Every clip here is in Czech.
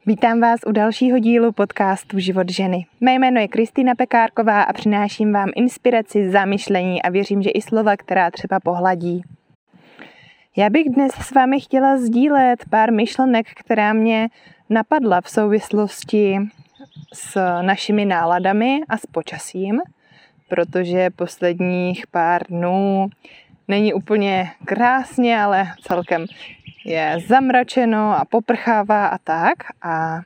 Vítám vás u dalšího dílu podcastu Život ženy. Mé jméno je Kristýna Pekárková a přináším vám inspiraci, zamyšlení a věřím, že i slova, která třeba pohladí. Já bych dnes s vámi chtěla sdílet pár myšlenek, která mě napadla v souvislosti s našimi náladami a s počasím, protože posledních pár dnů není úplně krásně, ale celkem je zamračeno a poprchává a tak. A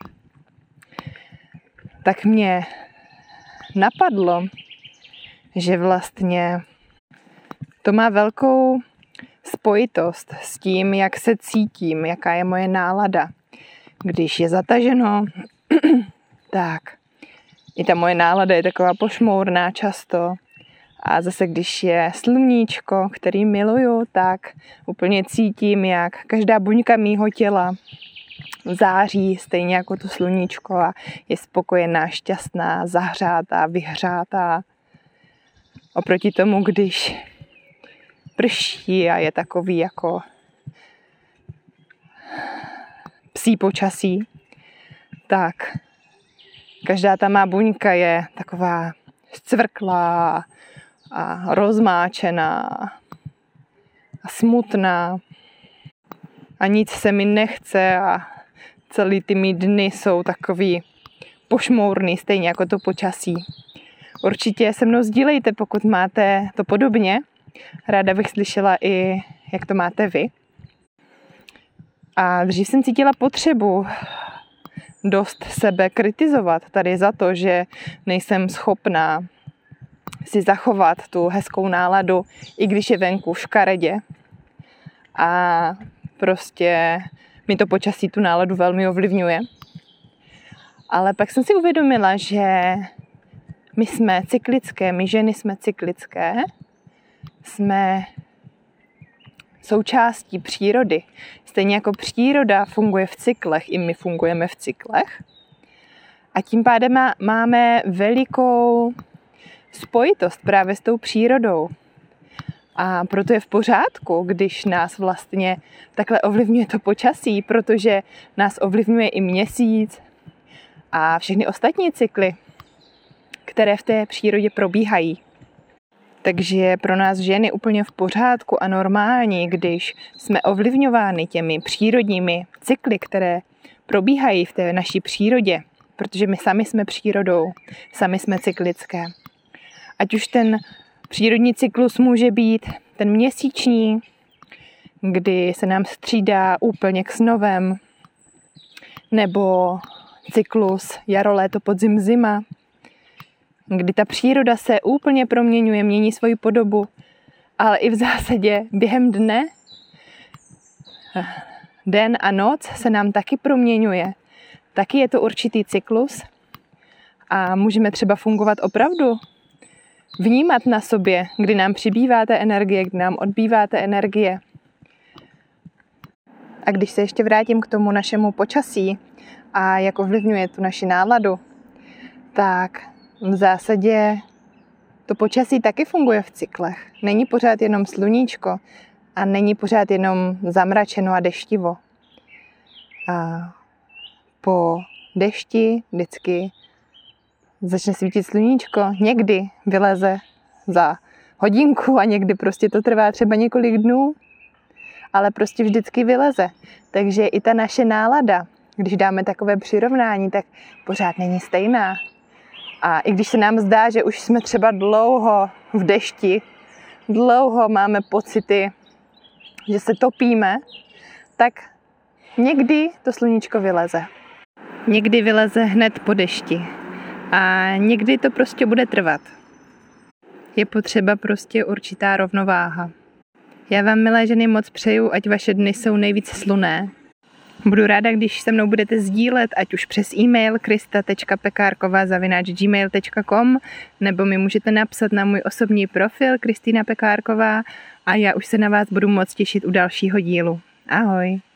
tak mě napadlo, že vlastně to má velkou spojitost s tím, jak se cítím, jaká je moje nálada. Když je zataženo, tak i ta moje nálada je taková pošmourná často. A zase, když je sluníčko, který miluju, tak úplně cítím, jak každá buňka mýho těla září stejně jako to sluníčko a je spokojená, šťastná, zahřátá, vyhřátá. Oproti tomu, když prší a je takový jako psí počasí, tak každá ta má buňka je taková zcvrklá a rozmáčená a smutná a nic se mi nechce a celý ty mý dny jsou takový pošmourný, stejně jako to počasí. Určitě se mnou sdílejte, pokud máte to podobně. Ráda bych slyšela i, jak to máte vy. A dřív jsem cítila potřebu dost sebe kritizovat tady za to, že nejsem schopná si zachovat tu hezkou náladu, i když je venku škaredě. A prostě mi to počasí tu náladu velmi ovlivňuje. Ale pak jsem si uvědomila, že my jsme cyklické, my ženy jsme cyklické, jsme součástí přírody. Stejně jako příroda funguje v cyklech, i my fungujeme v cyklech. A tím pádem máme velikou spojitost právě s tou přírodou. A proto je v pořádku, když nás vlastně takhle ovlivňuje to počasí, protože nás ovlivňuje i měsíc a všechny ostatní cykly, které v té přírodě probíhají. Takže je pro nás ženy úplně v pořádku a normální, když jsme ovlivňovány těmi přírodními cykly, které probíhají v té naší přírodě, protože my sami jsme přírodou, sami jsme cyklické. Ať už ten přírodní cyklus může být ten měsíční, kdy se nám střídá úplněk s novem, nebo cyklus jaro, léto, podzim, zima, kdy ta příroda se úplně proměňuje, mění svoji podobu, ale i v zásadě během dne, den a noc se nám taky proměňuje. Taky je to určitý cyklus a můžeme třeba fungovat opravdu, vnímat na sobě, kdy nám přibývá té energie, kdy nám odbývá té energie. A když se ještě vrátím k tomu našemu počasí a jak ovlivňuje tu naši náladu, tak v zásadě to počasí taky funguje v cyklech. Není pořád jenom sluníčko a není pořád jenom zamračeno a deštivo. A po dešti vždycky začne svítit sluníčko, někdy vyleze za hodinku a někdy prostě to trvá třeba několik dnů, ale prostě vždycky vyleze. Takže i ta naše nálada, když dáme takové přirovnání, tak pořád není stejná. A i když se nám zdá, že už jsme třeba dlouho v dešti, dlouho máme pocity, že se topíme, tak někdy to sluníčko vyleze. Někdy vyleze hned po dešti. A někdy to prostě bude trvat. Je potřeba prostě určitá rovnováha. Já vám, milé ženy, moc přeju, ať vaše dny jsou nejvíc slunné. Budu ráda, když se mnou budete sdílet, ať už přes e-mail krista.pekarkova@gmail.com nebo mi můžete napsat na můj osobní profil Kristýna Pekárková a já už se na vás budu moc těšit u dalšího dílu. Ahoj!